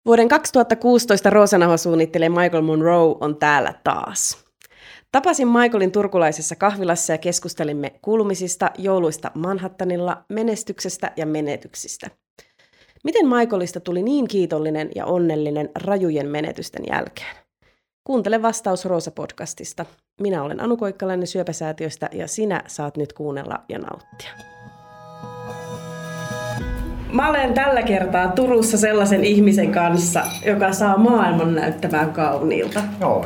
Vuoden 2016 roosanauhasuunnittelija Michael Monroe on täällä taas. Tapasin Michaelin turkulaisessa kahvilassa ja keskustelimme kuulumisista, jouluista Manhattanilla, menestyksestä ja menetyksistä. Miten Michaelista tuli niin kiitollinen ja onnellinen rajujen menetysten jälkeen? Kuuntele vastaus Roosa-podcastista. Minä olen Anu Koikkalainen Syöpäsäätiöstä ja sinä saat nyt kuunnella ja nauttia. Mä olen tällä kertaa Turussa sellaisen ihmisen kanssa, joka saa maailman näyttämään kauniilta. Oi.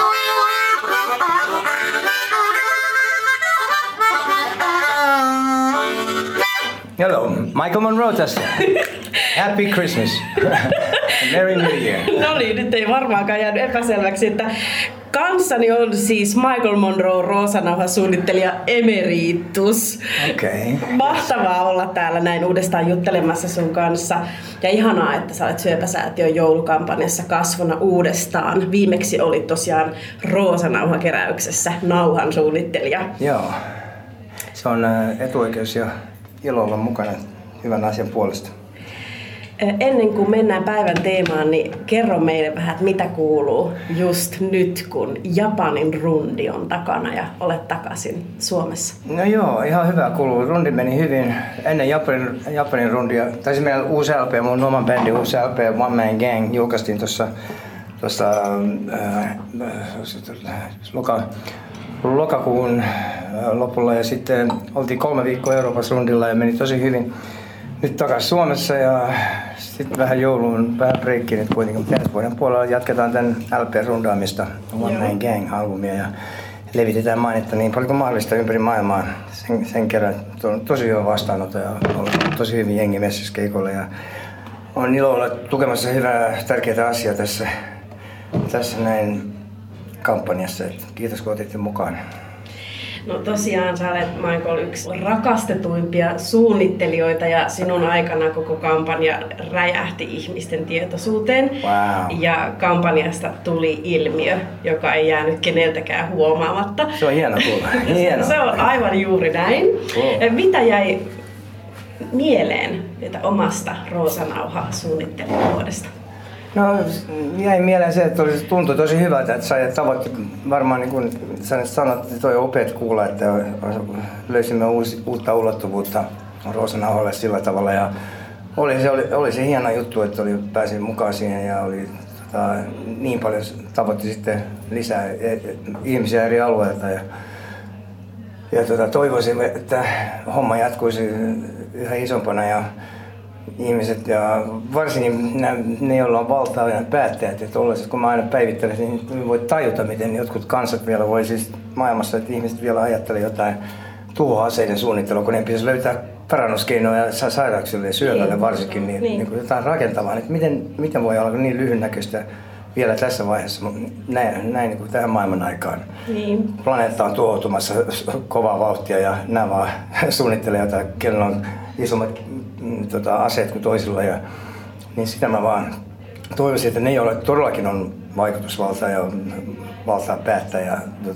Hello, Michael Monroe tässä. Happy Christmas. Merry New Year. No niin, nyt ei varmaankaan jäänyt epäselväksi, että kanssani on siis Michael Monroe, roosanauhasuunnittelija emeritus. Okei. Mahtavaa olla täällä näin uudestaan juttelemassa sun kanssa. Ja ihanaa, että sä olet Syöpäsäätiön joulukampanjassa kasvona uudestaan. Viimeksi olit tosiaan roosanauhakeräyksessä nauhan suunnittelija. Joo. Se on etuoikeus ja ilo olla mukana hyvän asian puolesta. Ennen kuin mennään päivän teemaan, niin kerro meille vähän, että mitä kuuluu just nyt, kun Japanin rundi on takana ja olet takaisin Suomessa. No joo, ihan hyvä kuuluu. Rundi meni hyvin. Ennen Japanin rundia, tai siis meillä uusi LP, mun oman bändin uusi LP, One Man Gang, julkaistiin tuossa lokakuun lopulla ja sitten oltiin 3 viikkoa Euroopassa rundilla ja meni tosi hyvin. Nyt takaisin Suomessa ja sitten vähän jouluun, vähän breikkiin nyt kuitenkin. Ensi vuoden puolella jatketaan tämän LP-rundaamista, One Man Gang-albumia ja levitetään mainetta niin paljon kuin mahdollista ympäri maailmaa. Sen kerran on tosi hyvä vastaanotto ja on tosi hyvin jengi messissä keikolla ja on ilo olla tukemassa hyvää, tärkeää asiaa tässä näin kampanjassa. Kiitos kun otitte mukaan. No tosiaan sä olet, Michael, yksi rakastetuimpia suunnittelijoita ja sinun aikana koko kampanja räjähti ihmisten tietoisuuteen. Wow. Ja kampanjasta tuli ilmiö, joka ei jäänyt keneltäkään huomaamatta. Se on hieno kuulla. Hieno. Se on aivan juuri näin. Wow. Mitä jäi mieleen omasta roosanauhasuunnittelijavuodesta? No jäi mieleen se, että tuntui tosi hyvältä, että sai tavoitti varmaan niin kuin sä sanot, että toi on upeat kuulla, että löysimme uutta ulottuvuutta roosanauhalle sillä tavalla ja oli se hieno juttu, että pääsin mukaan siihen ja oli niin paljon tavoitti sitten lisää ihmisiä eri alueilta ja toivoisin, että homma jatkuisi yhä isompana ja ihmiset ja varsinkin ne, joilla on valtaa ja päättäjät, että kun mä aina päivittelen, niin voi tajuta, miten jotkut kansat vielä voi siis maailmassa, että ihmiset vielä ajattelee jotain tuhoaseiden suunnittelua, kun ne pitäisi löytää parannuskeinoja sairauksille ja syövälle varsinkin, niin kuin jotain rakentavaa. Että miten voi olla niin lyhynnäköistä vielä tässä vaiheessa, näin niin kuin tähän maailman aikaan. Niin. Planeetta on tuhoutumassa kovaa vauhtia ja nämä vaan suunnittelee jotain, kenellä on isommat aseet kuin toisilla. Niin sitä mä vaan toivoisin, että ne, joilla todellakin on vaikutusvaltaa ja valtaa päättää ja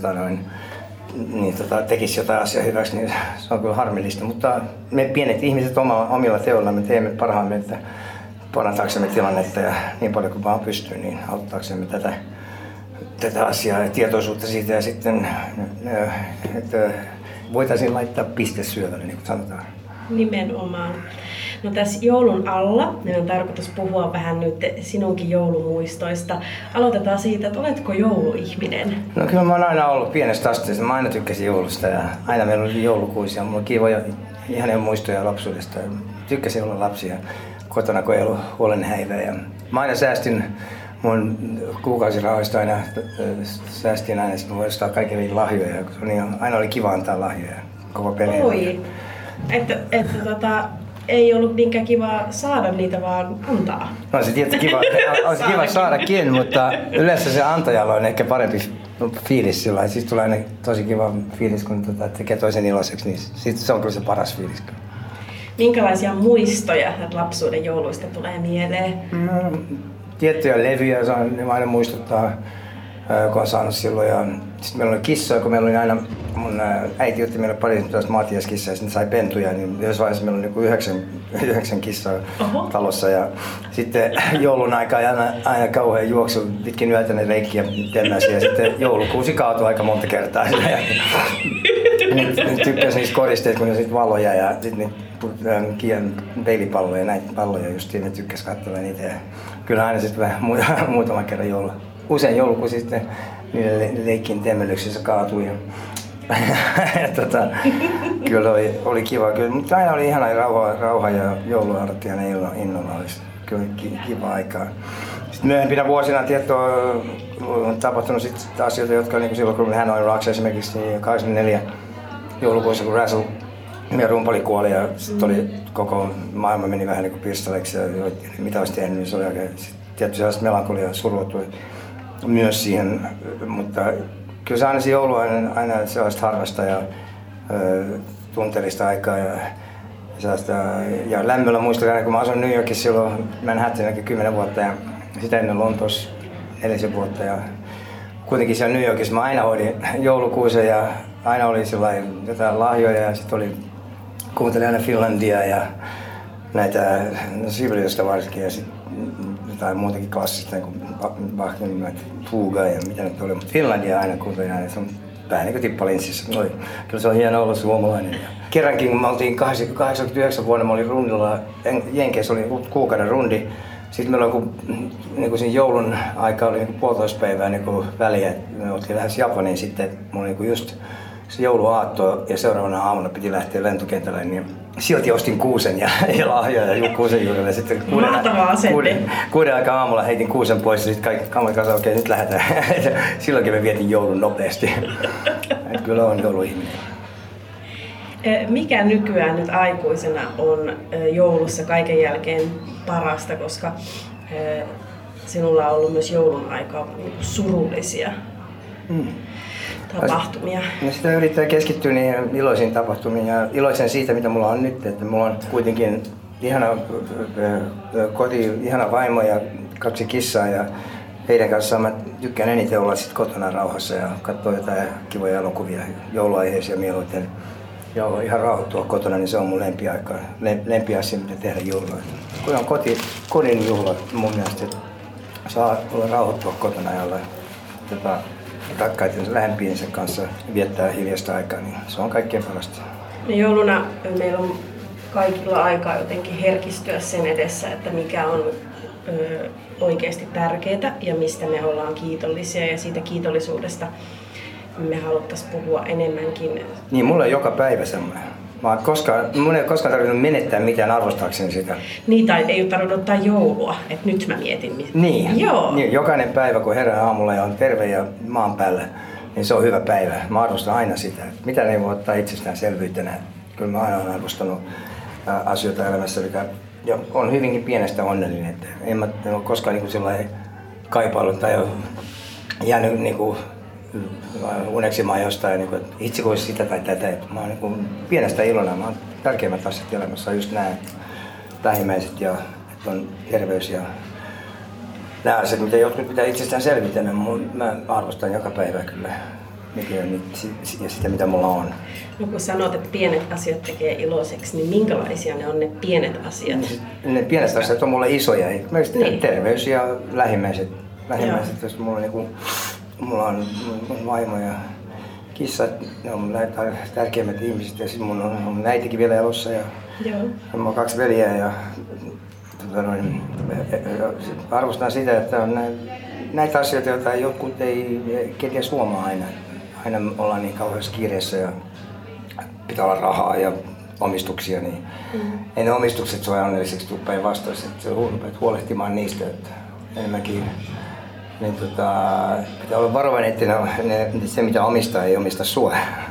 tekisi jotain asiaa hyväksi, niin se on kyllä harmillista. Mutta me pienet ihmiset omilla teoilla me teemme parhaamme, että parantaaksemme tilannetta ja niin paljon kuin vaan pystyy, niin auttaaksemme tätä asiaa ja tietoisuutta siitä ja sitten, että voitaisiin laittaa piste syövälle, niin kuin sanotaan. Nimenomaan. No tässä joulun alla meidän on tarkoitus puhua vähän nyt sinunkin joulumuistoista. Aloitetaan siitä, että oletko jouluihminen? No kyllä mä oon aina ollut pienestä asti. Mä aina tykkäsin joulusta ja aina meillä oli joulukuisia. Mulla on kivoja ihania muistoja lapsuudesta. Tykkäsin olla lapsia kotona, kun ei ollut huolenhäivää. Ja mä aina säästin mun kuukausirahoista säästin aina, että mä voin ostaa kaikille lahjoja. Aina oli kiva antaa lahjoja koko perheelle. Oi, että ei ollut niinkään kiva saada niitä, vaan antaa. No se tietysti kiva saadakin, mutta yleensä se antajalla on ehkä parempi fiilis sillä. Siis tulee aina tosi kiva fiilis, kun tekee toisen iloiseksi, niin se on kyllä se paras fiilis. Minkälaisia muistoja lapsuuden jouluista tulee mieleen? Tiettyjä levyjä ne aina muistuttaa, kun on saanut silloin. Ja sitten meillä oli kissoja, kun meillä oli aina mun äiti otti meille pari tuosta maatiaskissaa ja sitten sai pentuja, niin yhdessä vaiheessa meillä oli niin 9 kissaa talossa. Ja sitten joulun aikaa aina kauhean juoksu pitkin yötä ne leikkiä temmäsi ja sitten joulukuusi kaatui aika monta kertaa. Ne tykkäsi niistä koristeista, kun ne sitten valoja ja sitten peilipalloja ja näitä palloja justiin, ne tykkäsi katsella niitä. Ja kyllä aina sitten vähän muutaman kerran joulu. Usein joulukuusi sitten niiden leikkin temmelyksissä kaatui. Kyllä oli kiva, kyllä, mutta aina oli ihana rauha ja jouluartti ja ne innolla olisi kyllä kiva aikaa. Sitten myöhempinä vuosina on tapahtunut sit asioita, jotka niin silloin kun hän oli Rocks esimerkiksi niin 84 joulukuussa, kun Russell meidän rumpali kuoli ja sitten oli koko maailma meni vähän niin kuin pirstaleiksi ja mitä olisi tehnyt, niin se oli oikein tietty sellaista melankolia survoutui myös siihen, mutta kyllä se aina se joulu on aina sellaista harvasta ja tunteellista aikaa ja lämmöllä muistan aina kun mä asuin New Yorkissa silloin Manhattanakin 10 vuotta ja sitä ennen Lontoossa 4 vuotta ja kuitenkin siellä New Yorkissa mä aina hoidin joulukuusen ja aina oli jotain lahjoja ja sitten kuuntelin aina Finlandia ja näitä Sibeliusta varsinkin ja sitten jotain muutakin klassista niin Bachin Fuga ja mitä nyt oli, mutta Finlandia aina kuuntelin aina, se on vähän niin kuin tippalinssissä. Kyllä se on hieno olla suomalainen. Kerrankin kun me oltiin 89 vuonna, mä olin rundilla, Jenkeissä oli kuukauden rundi. Sitten meillä oli niin siinä joulun aika oli niin 1,5 päivää niin väliä, me oltiin lähes Japaniin sitten, mulla oli niin just se jouluaatto ja seuraavana aamuna piti lähteä lentokentälle, niin silti ostin kuusen ja lahjoja ja kuusen juurelle. Sitten kuuden aikaa aamulla heitin kuusen pois ja sitten kaikki kamoin kanssa, okei nyt lähdetään. Silloinkin me vietin joulun nopeasti. Kyllä on jouluihminen. Mikä nykyään nyt aikuisena on joulussa kaiken jälkeen parasta, koska sinulla on ollut myös joulun aikaa surullisia tapahtumia? No sitä yrittää keskittyä niihin iloisiin tapahtumiin ja iloisen siitä, mitä mulla on nyt. Että mulla on kuitenkin ihana koti, ihana vaimo ja 2 kissaa ja heidän kanssaan mä tykkään eniten olla sit kotona rauhassa ja katsoa jotain kivoja elokuvia, jouluaiheisia mieluiten. Ja ihan rauhoittua kotona, niin se on mun lempiasia, mitä tehdä juhlaa. Kun on kodin juhla mun mielestä, että saa olla rauhoittua kotona ja olla rakkaiden lähempiensä kanssa viettää hiljaista aikaa, niin se on kaikkein parasta. No jouluna meillä on kaikilla aikaa jotenkin herkistyä sen edessä, että mikä on oikeasti tärkeää ja mistä me ollaan kiitollisia ja siitä kiitollisuudesta me haluttaisiin puhua enemmänkin. Niin, mulla on joka päivä semmoinen. Mun ei koskaan tarvinnut menettää mitään arvostaakseni sitä. Niin, tai ei ole tarvinnut ottaa joulua, että nyt mä mietin. Niin, jokainen päivä kun herää aamulla ja on terve ja maan päällä, niin se on hyvä päivä. Mä arvostan aina sitä, mitä ei voi ottaa itsestäänselvyytenä. Kyllä mä aina olen arvostanut asioita elämässä, ja on hyvinkin pienestä onnellinen. Että en ole koskaan niin sellainen kaipaillut tai ole jäänyt niin kuin uneksimaan jostain, niin kuin, että itse kuin sitä tai tätä. Mä oon niin pienestä ilona. Mä oon tärkeimmät asiat elämässä on just nämä lähimmäiset ja että on terveys ja nämä asiat, mitä jotkut pitää itsestään selvitellä. Mä arvostan joka päivä kyllä ja sitä, mitä mulla on. No kun sanot, että pienet asiat tekee iloiseksi, niin minkälaisia ne on ne pienet asiat? Ne pienet asiat on mulle isoja. Niin. Terveys ja lähimmäiset. Jos mulla on vaimo ja kissat, ne on mun tärkeimmät ihmiset ja sitten mun äitikin vielä elossa ja mulla on 2 veljeä ja arvostan sitä, että on näitä asioita, joita jotkut ei kenties huomaa aina. Aina ollaan niin kauheassa kiireessä ja pitää olla rahaa ja omistuksia, niin ei ne omistukset sua onnelliseksi tule päinvastoin. Se on rupeat huolehtimaan niistä, että enemmänkin niin pitää olla varovainen, että se mitä omistaa ei omista sua.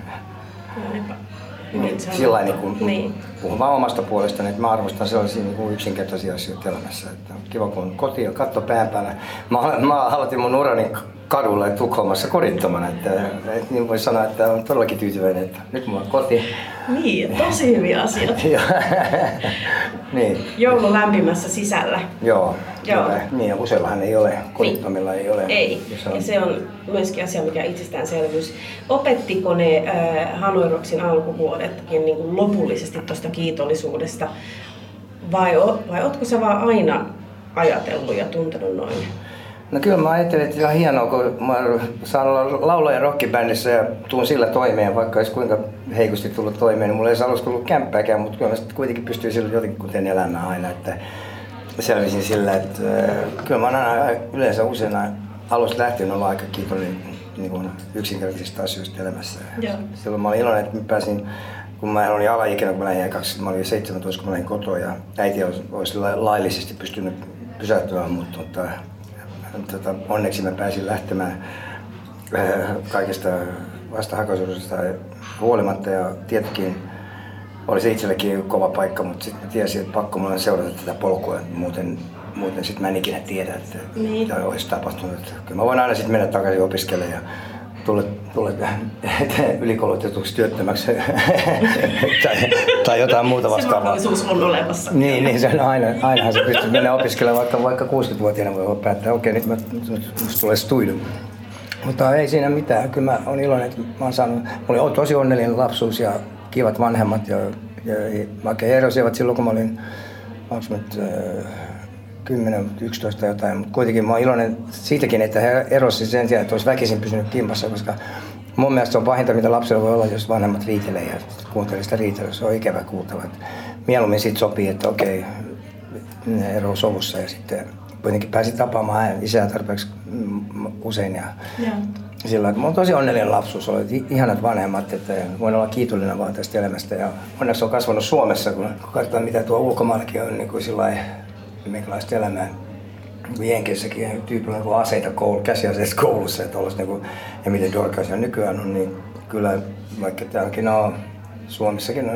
Sillä niin puhun vaan omasta puolestani, että mä arvostan sellaisia niin yksinkertaisia asioita elämässä. Että on kiva kun on koti ja katto pään päällä. Mä aloitin mun urani kadulla Tukholmassa kodittomana, että niin voi sanoa, että on todellakin tyytyväinen, että nyt mulla on koti. Niin, tosi hyviä asioita. Niin. Joulu lämpimässä sisällä. Joo. Niin, ja useillahan ei ole, kodittomilla ei ole. Ei, ja se on myöskin asia, mikä itsestäänselvyys. Opettiko ne Hanoi Rocksin alkuvuodetkin niin kuin lopullisesti tuosta kiitollisuudesta, vai ootko sä vaan aina ajatellut ja tuntenut noin? No kyllä mä ajattelin, että se on hienoa, kun mä saan olla laulaja rockibändissä ja tuun sillä toimeen, vaikka olisi kuinka heikosti tullut toimeen, niin mulla ei aluksi ollut kämppääkään, mutta kyllä mä kuitenkin pystyin sillä jotenkin kuten elämään aina, että selvisin sillä, että kyllä mä oon aina yleensä usein alusta lähtien ollut aika kiitollinen niin kuin yksinkertaisista asioista elämässä. Ja silloin mä olin iloinen, että mä pääsin, kun mä olin alaikäinen, kun mä lähdin mä olin 17, kun mä lähdin kotoa ja äiti olisi laillisesti pystynyt pysäyttämään, mutta onneksi mä pääsin lähtemään kaikesta vastahakoisuudesta huolimatta ja tietenkin oli se itsellekin kova paikka, mutta sitten tiesin, että pakko mulla on seurata tätä polkua, muuten sitten mä en ikinä tiedä, että mitä olisi tapahtunut. Kyllä mä voin aina sitten mennä takaisin opiskelemaan ja tulla ylikoulutetuksi työttömäksi tai jotain muuta vastaavaa. Se mahdollisuus on olemassa. Niin se on ainahan se pystyy mennä opiskelemaan, vaikka 60-vuotiaana voi päättää, okei, nyt musta tulee studio. Mutta ei siinä mitään, kyllä mä oon iloinen, että mä olin tosi onnellinen lapsuus ja kivat vanhemmat ja vaikka he erosivat silloin, kun mä olin 10, 11 jotain, mutta kuitenkin mä oon iloinen siitäkin, että he erosivat sen sijaan, että olisi väkisin pysynyt kimpassa, koska mun mielestä se on pahinta, mitä lapsella voi olla, jos vanhemmat riitelee ja kuuntelee sitä riitelyä. Se on ikävä kuultava. Mieluummin siitä sopii, että okei, ne eroaa sovussa ja sitten kuitenkin pääsi tapaamaan isää tarpeeksi usein. Ja sillä että mulla on tosi onnellinen lapsuus, oli ihanat vanhemmat, että voin olla kiitollinen vaan tästä elämästä. Ja onneksi on kasvanut Suomessa, kun katsotaan mitä tuo ulkomaallakin on, niin kuin sillai, minkälaista elämää. Jenkeissäkin tyypillä on aseita käsiaseista koulussa ja, ja miten dorkaisia nykyään on, niin kyllä vaikka täälläkin on, Suomessakin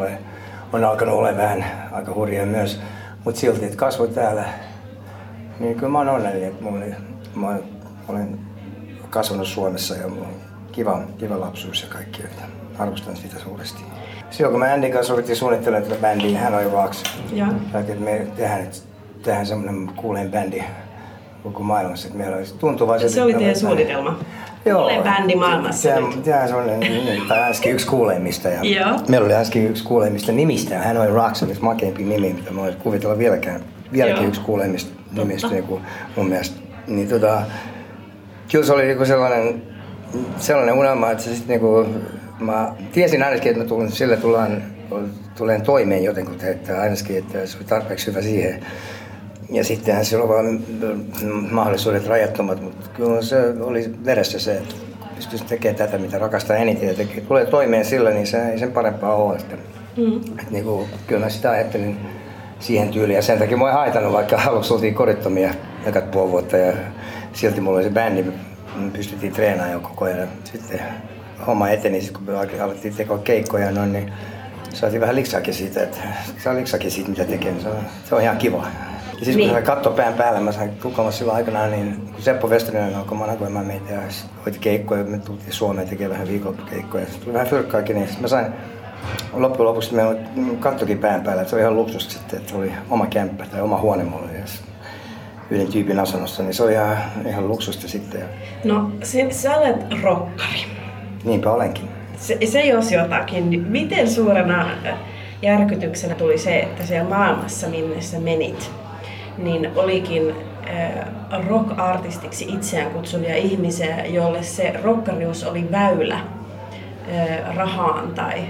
on alkanut olla vähän aika hurjaa myös, mutta silti, että kasvoin täällä, niin kyllä mä oon onnellinen, että mä olen kasvanut Suomessa ja mulla on kiva lapsuus ja kaikki, että arvostan sitä suuresti. Silloin kun mä Andyn kanssa ruvettiin suunnittelemaan tätä bändiä, hän oli Rocks. Että me tehdään semmoinen kuulein bändi koko maailmassa, että meillä olisi tuntuvaiset. Se oli teidän suunnitelma? Kuulein bändi maailmassa. Tämä on tai ainakin yksi kuuleimmista. Ja meillä oli ainakin yksi kuuleimmista nimistä. Hän oli Rocks, on yksi makeampi nimi, mitä mä voisin kuvitella vieläkin yksi kuuleimmista nimistä niin kuin mun mielestä. Niin kyllä se oli niin sellainen unelma, että se sitten niin kuin, mä tiesin ainakin, että sillä tulen toimeen jotenkin, että ainakin, että se oli tarpeeksi hyvä siihen. Ja sittenhän silloin vaan mahdollisuudet rajattomat, mutta kyllä se oli veressä se, että pystyisi tekemään tätä, mitä rakastaa eniten ja tulee toimeen sillä, niin se ei sen parempaa ole. Että niin kuin, kyllä mä sitä ajattelin siihen tyyliin ja sen takia mä en haitannut, vaikka aluksi oltiin kodittomia ekat puoli vuotta ja silti mulla oli se bändi, me pystyttiin treenaamaan jo koko ajan. Sitten homma eteni, kun me alettiin tekoa keikkoja, niin saatiin vähän liksaakin siitä, mitä tekee, niin se on ihan kiva. Ja siis kun se katsoi pään päällä, mä sain Tukholmassa silloin aikanaan, niin kun Seppo Westerinen alkoi managoimaan meitä ja hoiti keikkoja, me tultiin Suomeen tekemään vähän viikonkeikkoja. Sitten tuli vähän fyrkkaakin, niin mä sain loppujen lopuksi, meillä kattokin pään päällä, että se oli ihan luksusta sitten, että oli oma kämppä tai oma huone mulla yhden tyypin asunnossa, niin se oli ihan luksusta sitten. No, sä olet rokkari. Niinpä olenkin. Se jos jotakin, niin miten suurena järkytyksenä tuli se, että siellä maailmassa, minne sä menit, niin olikin rock-artistiksi itseään kutsuvia ihmisiä, jolle se rokkarius oli väylä rahaan tai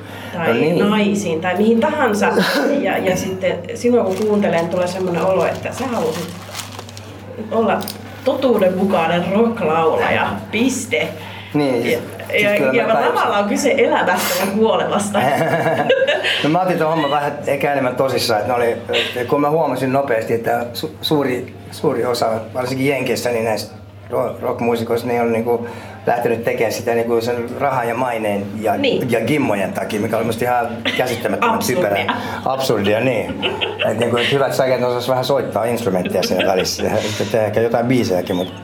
naisiin tai mihin tahansa. Ja sitten silloin kun kuuntelen, tulee semmoinen olo, että sä halusit olla totuudenmukainen rock-laulaja, piste. Niin, ja lavalla on kyse elämästä ja kuolemasta. No mä otin tuon homman vähän ehkä enemmän tosissaan, että kun mä huomasin nopeasti, että suuri osa, varsinkin Jenkeissä, niin näistä rockmuusikoista, ne on niinku lähtenyt tekemään sitä niinku sen rahan ja maineen ja gimmojen takia, mikä oli musta ihan käsittämättömän typerää. Absurdia, niin. Että niinku, et hyvät säkeet osas vähän soittaa instrumentteja siinä välissä ja tehdä ehkä jotain biisejäkin, mutta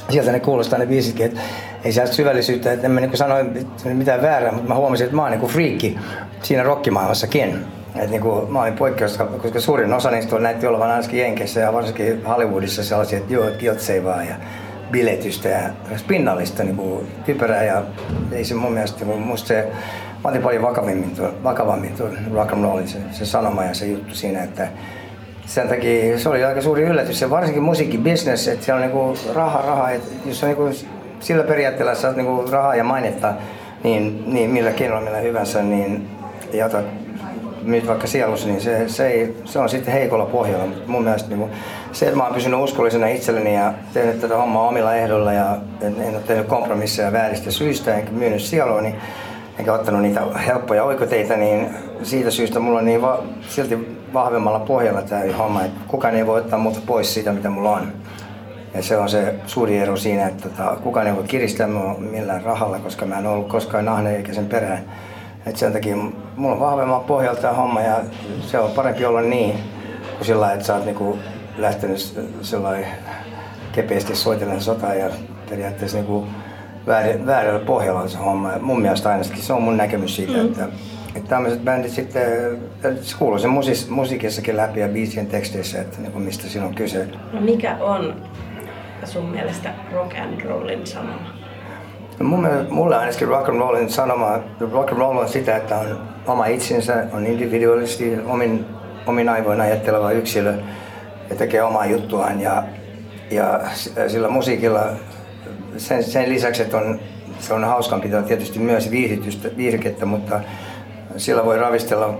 sieltä ne kuulostaa ne biisitkin, että ei sieltä syvällisyyttä, että en mä niin sano mitään väärää, mutta mä huomasin, että mä oon niin friikki siinä rockimaailmassakin. Että niin kuin, mä olin poikkeus, koska suurin osa niistä on näytti olevan ainakin Jenkeissä ja varsinkin Hollywoodissa sellaisia, että joo, kiltseivaa ja biletystä ja spinnallista niin kuin typerää ja ei se mun mielestä, musta se, mä otin paljon vakavammin tuon rock and rollin se sanoma ja se juttu siinä, että sen takia se oli aika suuri yllätys ja varsinkin musiikkibisnes, että siellä on niinku raha, että jos on niinku sillä periaatteella saat niinku rahaa ja mainetta, niin millä keinolla millä hyvänsä, niin ja otat myyt vaikka sielussa, niin se on sitten heikolla pohjalla. Mutta mun mielestä niin se, että mä oon pysynyt uskollisena itselleni ja tehnyt tätä hommaa omilla ehdoilla ja en ole tehnyt kompromisseja vääristä syistä enkä myynyt sielua, niin enkä ottanut niitä helppoja oikoteitä, niin siitä syystä mulla on niin silti vahvemmalla pohjalla tämä homma, että kukaan ei voi ottaa muuta pois siitä, mitä mulla on. Ja se on se suuri ero siinä, että kukaan ei voi kiristää minua millään rahalla, koska mä en ollut koskaan ahne eikä sen perään. Et sen takia mulla on vahvemman pohjalta tämä homma ja se on parempi olla niin, kuin sillä että sä oot niinku lähtenyt kepeästi soitellen sotaa ja periaatteessa niinku väärällä pohjalla on se homma. Ja mun mielestä ainakin se on mun näkemys siitä, että tämmöiset bändit sitten, se kuuluu se musiikissakin läpi ja biisien teksteissä, että niinku mistä siinä on kyse. No mikä on sun mielestä rock and rollin sanoma? Mulle ainakin rock and rollin sanoma, rock and roll on sitä, että on oma itsensä, on individualisti, omin aivoin ajatteleva yksilö ja tekee omaa juttuaan ja sillä musiikilla sen lisäksi, että se on hauskampi, tietysti myös viihdykettä, mutta sillä voi ravistella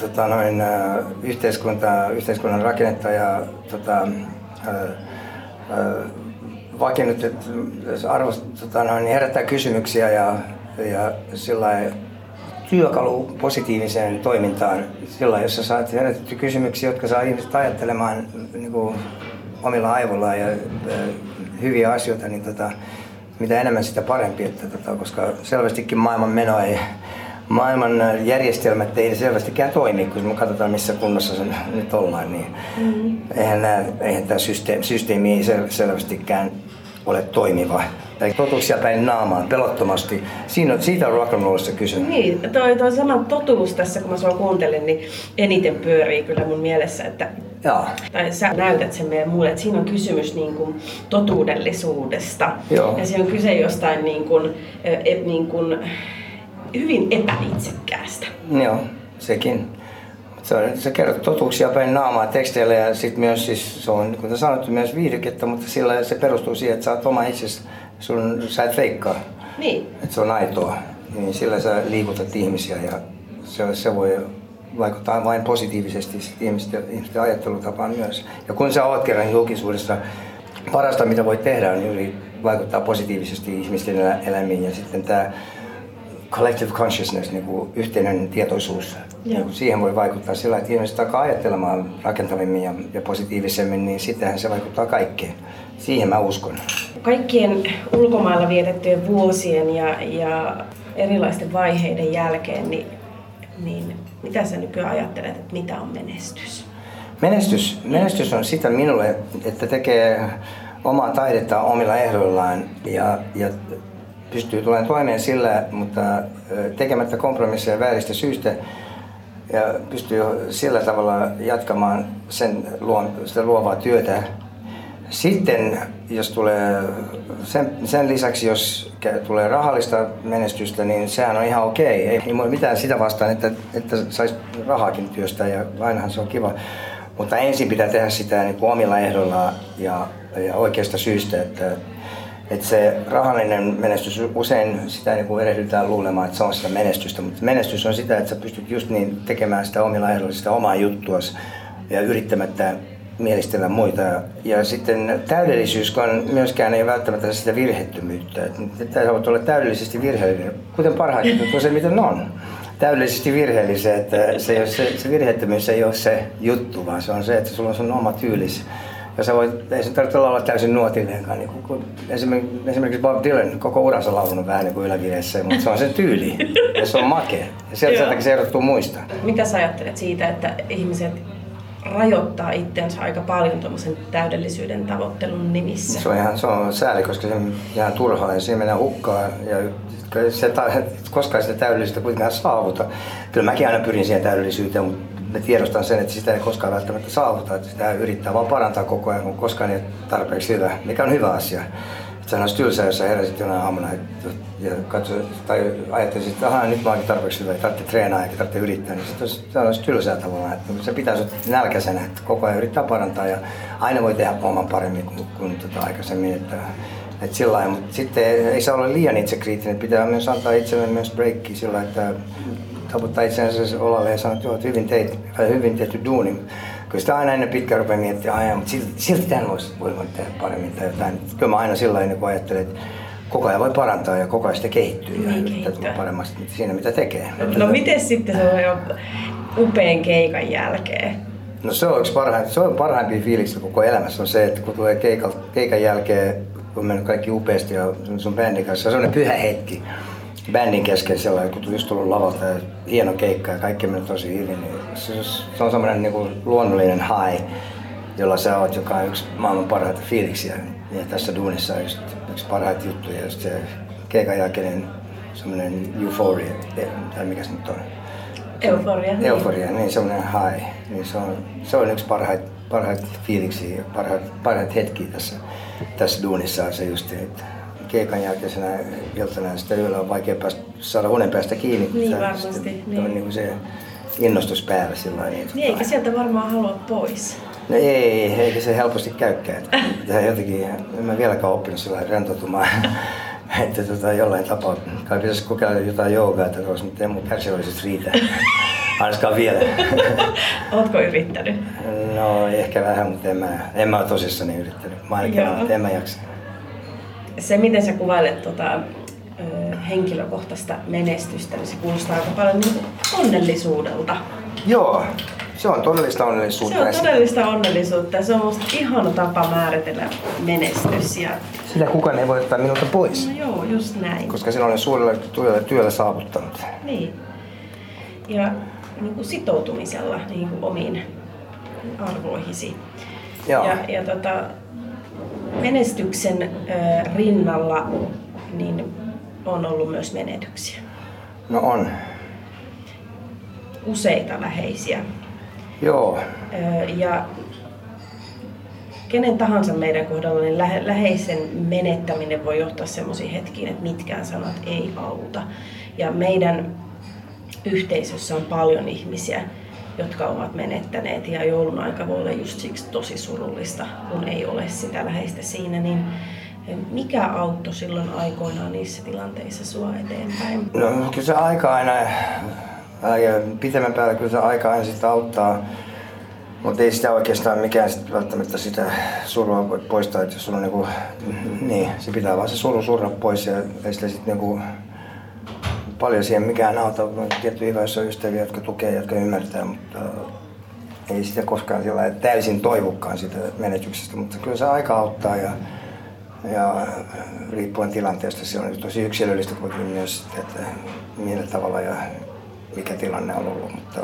yhteiskunnan rakennetta ja herättää kysymyksiä ja työkalu positiiviseen toimintaan, sillä jos sä saat herätetty kysymyksiä, jotka saa ihmiset ajattelemaan niin kuin omilla aivoillaan ja hyviä asioita, niin mitä enemmän sitä parempi, koska selvästikin maailman järjestelmät ei selvästikään toimi, kun me katsotaan missä kunnossa se nyt ollaan, niin eihän tämä systeemi ei selvästikään ole toimiva. Eli totuuksia päin naamaan, pelottomasti. Siitä on rock and rollissa kyse. Niin, toi sama totuus tässä, kun mä sua kuuntelin, niin eniten pyörii kyllä mun mielessä, että tai sä näytät sen meille mulle, että siinä on kysymys niin kuin totuudellisuudesta. Joo. Ja siinä on kyse jostain niin kuin hyvin epäitsekkäästä. Joo, sekin. Se kertoo totuuksia päin naamaa teksteillä ja sitten myös, siis se on, kuten sanottu, myös viihdykettä, mutta sillä se perustuu siihen, että sä oot oma itsesi, sä et feikkaa. Niin. Että se on aitoa, niin sillä sä liikutat ihmisiä ja se voi vaikuttaa vain positiivisesti ihmisten ajattelutapaan myös. Ja kun sä oot kerran julkisuudessa, parasta mitä voi tehdä on juuri vaikuttaa positiivisesti ihmisten elämiin ja sitten tämä collective consciousness, niin kuin yhteinen tietoisuus, niin siihen voi vaikuttaa sillä, että ihmiset alkaa ajattelemaan rakentavimmin ja positiivisemmin, niin sittenhän se vaikuttaa kaikkeen. Siihen mä uskon. Kaikkien ulkomailla vietettyjen vuosien ja erilaisten vaiheiden jälkeen, niin mitä sä nykyään ajattelet, että mitä on menestys? Menestys on sitä minulle, että tekee omaa taidetta omilla ehdoillaan ja pystyy tulemaan toimeen sillä, mutta tekemättä kompromisseja vääristä syistä ja pystyy sillä tavalla jatkamaan sitä luovaa työtä. Sitten jos tulee sen lisäksi, jos tulee rahallista menestystä, niin sehän on ihan okei. Ei mulla mitään sitä vastaan, että saisi rahaakin työstä ja ainahan se on kiva. Mutta ensin pitää tehdä sitä niin kuin omilla ehdoillaan ja oikeasta syystä. Että se rahallinen menestys, usein sitä niin kuin erehdytään luulemaan, että se on sitä menestystä, mutta menestys on sitä, että sä pystyt just niin tekemään sitä omilla ehdoilla, sitä omaa juttuasi ja yrittämättä mielistellä muita. Ja sitten täydellisyys, kun myöskään ei välttämättä sitä virheettömyyttä. Että sä voit olla täydellisesti virheellinen, kuten parhaiten useimmiten on. Täydellisesti virheellisiä, että se virheettömyys ei ole se juttu, vaan se on se, että sulla on sun oma tyylisi. Ja ei sen tarvitse olla täysin nuotilleenkaan. Niin esimerkiksi Bob Dylan koko uransa laulunut vähän niin kuin ylävireessä, mutta se on sen tyyli ja se on makea. Ja sieltä se erottuu muista. Mitä sä ajattelet siitä, että ihmiset rajoittaa itseänsä aika paljon tuommoisen täydellisyyden tavoittelun nimissä. Se on sääli, koska se jää turhaa ja siihen mennään hukkaan. Ja koskaan sitä täydellisyyttä kuitenkaan saavuta. Kyllä mäkin aina pyrin siihen täydellisyyteen, mutta mä tiedostan sen, että sitä ei koskaan välttämättä saavuta. Että sitä yrittää vaan parantaa koko ajan, kun koskaan ei ole tarpeeksi hyvä, mikä on hyvä asia. Sehän olisi tylsää, jos sä heräsit jonain aamuna ja tai ajattelisit, että nyt mä oonkin tarpeeksi hyvä, ei tarvitse treenaa eikä tarvitse yrittää, niin se olisi tylsää tavallaan. Että se pitäisi olla nälkäisenä, että koko ajan yrittää parantaa ja aina voi tehdä oman paremmin kuin aikaisemmin. Että sillä lailla, mutta sitten ei saa olla liian itsekriittinen, että pitää myös antaa itselle myös breakki sillä, että taputtaa itseänsä olalle ja sanoa, että joo, hyvin tehty duuni. Kyllä sitä aina ennen pitkään rupeaa miettimään, mutta silti tämän voisi tehdä paremmin tai jotain. Kyllä mä aina sillä lailla, kun ajattelen, että koko ajan voi parantaa ja koko ajan sitä kehittyy ja yrittää tulla paremmasti siinä, mitä tekee. No miten sitten se on jo upean keikan jälkeen? No se on parhaimpia fiiliksiä koko elämässä on se, että kun tulee keikan jälkeen, kun on mennyt kaikki upeasti ja sun bändin kanssa, se on sellainen pyhä hetki. Bändin kesken sellainen, kun just tullut lavalta ja hieno keikka ja kaikki meni tosi hyvin, niin se on semmoinen niin kuin luonnollinen high, jolla sä oot, joka on yksi maailman parhaita fiiliksiä. Ja tässä duunissa on just yksi parhaita juttuja, just se keikan jälkeinen semmoinen euphoria, tai mikä se nyt on? Euforia, niin semmoinen high. Niin se on yksi parhaita fiiliksiä ja parhaita hetkiä tässä duunissa on se just, että keikan jälkeisenä iltana ja sitten yöllä on vaikea saada unen päästä kiinni. Niin varmasti. Niin. On niin se innostus päällä sillain. Niin eikä sieltä varmaan halua pois. No eikä se helposti käykään. Jotenkin, en mä vieläkään oppinut sillain rentoutumaan. Että jollain tapaa, kai pitäisi kokeilla jotain joogaa, mutta ei mun kärsivällisyys riitä. Ainakaan vielä. Ootko yrittänyt? No ehkä vähän, mutta en mä ole tosissani yrittänyt. Mä ainakin en mä jaksa. Se, miten sä kuvailet henkilökohtaista menestystä, niin se kuulostaa aika paljon niin onnellisuudelta. Joo, se on todellista onnellisuutta. Se on todellista onnellisuutta ja se on musta ihana tapa määritellä menestys. Sitä kukaan ei voi ottaa minulta pois. No joo, just näin. Koska sinä olen suurella työllä saavuttanut. Niin. Ja niin kuin sitoutumisella niin kuin omiin arvoihisi. Joo. Ja menestyksen rinnalla niin on ollut myös menetyksiä. No on. Useita läheisiä. Joo. Ja kenen tahansa meidän kohdalla niin läheisen menettäminen voi johtaa semmoisiin hetkiin, että mitkään sanat ei auta. Ja meidän yhteisössä on paljon ihmisiä, jotka ovat menettäneet ja joulun aika voi olla just siksi tosi surullista, kun ei ole sitä läheistä siinä, niin mikä auttoi silloin aikoinaan niissä tilanteissa sua eteenpäin? No kyllä se aika aina, pitemmän päällä kyllä se aika aina sitä auttaa, mutta ei sitä oikeastaan mikään välttämättä sitä surua voi poistaa, että jos sulla on niin, se pitää vaan se suru surra pois ja ei sitä sitten paljon siihen mikään auta. Tietty hyvä, jos on ystäviä, jotka tukee ja jotka ymmärtää, mutta ei sitä koskaan täysin toivukaan sitä menetyksestä, mutta kyllä se aika auttaa ja riippuen tilanteesta se on tosi yksilöllistä kuitenkin myös, että millä tavalla ja mikä tilanne on ollut, mutta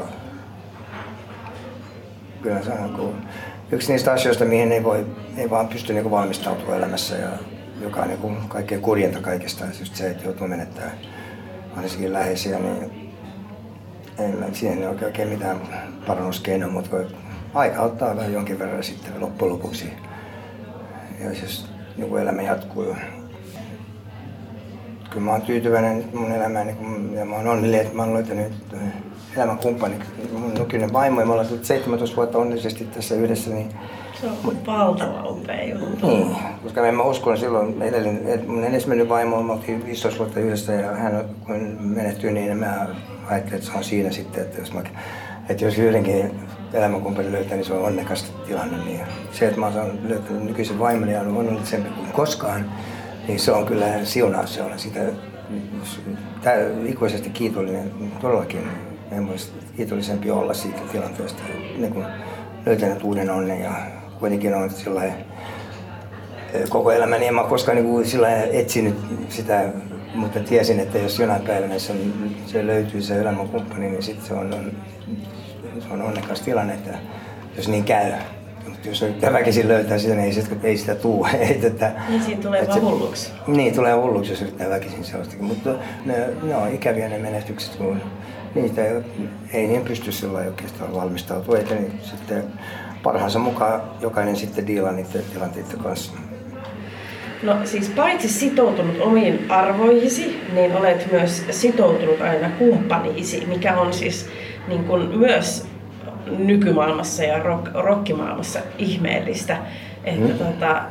kyllä se on yksi niistä asioista, mihin ei vaan pysty valmistautumaan elämässä ja joka on kaikkein kurjinta kaikesta, just se, että joutuu menettämään varsinkin läheisiä, niin siihen ei ole oikein mitään parannuskeinoa, mutta aika ottaa vähän jonkin verran sitten loppujen lopuksi. Ja jos elämä jatkuu. Kyllä mä oon tyytyväinen mun elämään ja mä oon onnellinen, että mä oon löytänyt elämän kumppani. Mun nykyinen vaimo ja me ollaan tullut 17 vuotta onnellisesti tässä yhdessä. Niin se on valtava upea juttu. Niin, koska en mä uskon silloin, että mun edesmennyt vaimo, me oltiin 15 vuotta yhdessä ja hän kun menehtyi, niin mä ajattelin, että se on siinä sitten, että jos yhdenkin elämänkumppani löytää, niin se on onnekas tilanne. Niin se, että mä oon löytänyt nykyisen vaimon ja on onnellisempi kuin koskaan, niin se on kyllä siunaus. Se on sitä ikuisesti kiitollinen todellakin. En voisi kiitollisempi olla siitä tilanteesta. Niin löytänyt uuden onnen ja kuitenkin on sillain koko elämäni en mä koskaan etsinyt sitä, mutta tiesin, että jos jonain päivänä se löytyy se elämänkumppani, niin sitten se on onnekas tilanne, että jos niin käy. Mutta jos yrittää väkisin löytää sitä, niin ei sitä tule. Niin siinä tulee vaan hulluksi. Niin, tulee hulluksi, jos yrittää väkisin sellaistakin. Mutta ne on ikäviä ne menestykset, kun niitä ei niin pysty sillä oikeastaan valmistautumaan. Eikä niin sitten parhaansa mukaan jokainen sitten diilaa niiden tilanteiden kanssa. No siis paitsi sitoutunut omiin arvoihisi, niin olet myös sitoutunut aina kumppaniisi, mikä on siis niin kuin myös nykymaailmassa ja rockimaailmassa ihmeellistä. Että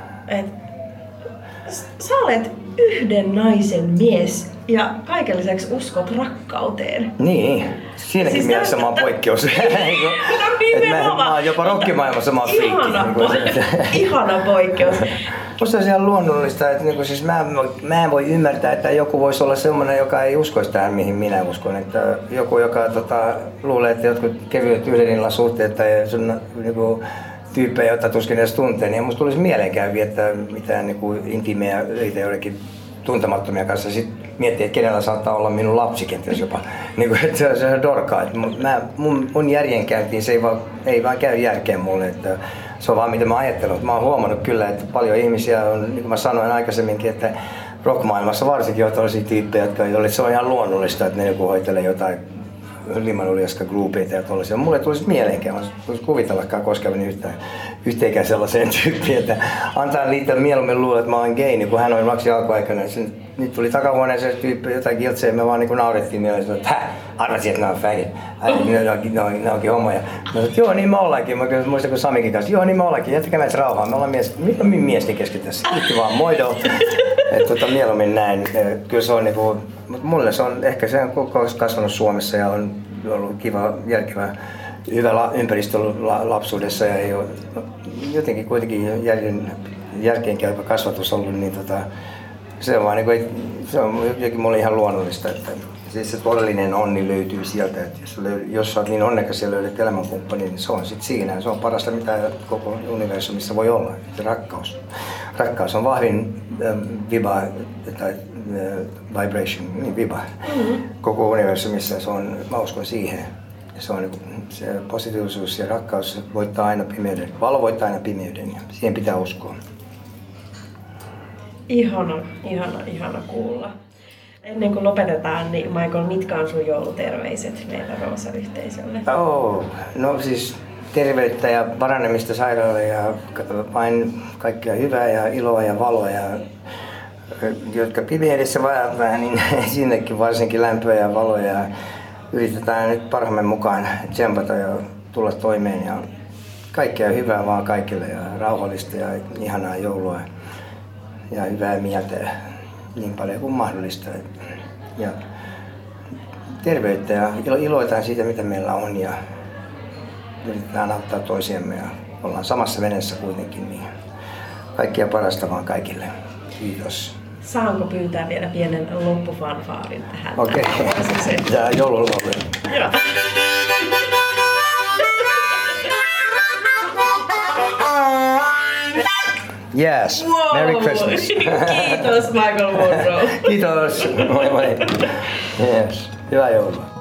sä olet yhden naisen mies ja kaiken lisäksi uskot rakkauteen. Niin, siinäkin siis mielessä mä oon poikkeus. Mä oon jopa rockimaailmassa, mä oon fiikki. Ihana poikkeus. Musta on ihan luonnollista, että niin siis mä en voi ymmärtää, että joku voisi olla semmoinen, joka ei uskoisi tähän, mihin minä uskon. Että joku, joka luulee, että jotkut kevyet yhden illan suhteet tai niin tyyppejä, joita tuskin edes tuntee, niin musta tulisi mieleenkään viettää mitään niin intiimejä öitä joidenkin tuntemattomia kanssa. Sitten miettii, että kenellä saattaa olla minun lapsi kenties jopa. Niin kuin, että se on dorkaa. Mun järjenkäyntiin se ei vaan käy järkeen mulle. Että se on vaan mitä mä ajattelen. Mä oon huomannut kyllä, että paljon ihmisiä on, niin kuin mä sanoin aikaisemminkin, että rockmaailmassa varsinkin on tällaisia tyyppejä, joille se on ihan luonnollista, että ne joku hoitelee jotain limanuljaska groupeita ja tollaisia. Mulle tulisi mieleenkään, mä tulisi kuvitellakaan koskevani yhteenkään sellaiseen tyyppiin, että antaa liittää mieluummin luulla, että mä oon gay, niin kun hän oli maksi alkuaikana. Nyt tuli takahuoneeseen tyyppi jotain kiltseä, me vaan niin naurettiin mieleen, että arvasin, että nämä on faggot. Ne onkin homoja. Mä sanoin, joo niin me ollaankin. Mä muistan kun Samikin kanssa, joo niin me ollaankin, jättäkää meitä rauhaa. Me ollaan miesten kesken tässä. Kiitti vaan, moido. Mieluummin näin. Kyllä se on niinku, mulle se on ehkä se on kasvanut Suomessa ja on ollut kiva, järkevä, hyvä ympäristö lapsuudessa ja ei ole jotenkin kuitenkin järkeenkäypä kasvatus ollut, niin se on vaan niinku, se on jotenkin mulle ihan luonnollista, että siis se todellinen onni löytyy sieltä, että jos sä oot niin onnekas ja löydät elämänkumppani, niin se on sit siinä. Se on parasta mitä koko universumissa voi olla, rakkaus. Rakkaus on vahvin viba tai vibration, niin viba. Koko universumissa se on, mä uskon siihen. Se on se positiivisuus ja rakkaus voittaa aina pimeyden, valo voittaa aina pimeyden ja siihen pitää uskoa. Ihana kuulla. Ennen kuin lopetetaan, niin Michael, mitkä on sun jouluterveiset meillä Roosa-yhteisölle? No siis terveyttä ja paranemista sairaalle ja vain kaikkea hyvää ja iloa ja valoa ja jotka pimeydessä vaeltaa, niin sinnekin varsinkin lämpöä ja valoa ja yritetään nyt parhaamme mukaan tsempata ja tulla toimeen ja kaikkea hyvää vaan kaikille ja rauhallista ja ihanaa joulua ja hyvää mieltä niin paljon kuin mahdollista. Ja terveyttä ja iloitaan siitä, mitä meillä on ja yritetään auttaa toisiamme ja ollaan samassa veneessä kuitenkin. Niin kaikkia parasta vaan kaikille. Kiitos. Saanko pyytää vielä pienen loppufanfaarin tähän? Okei. Ja joululauluja. Joo. Yes. Wow. Merry Christmas. Kiitos Michael Monroe. Kiitos. Moi moi. Yes. Hyvää joulua.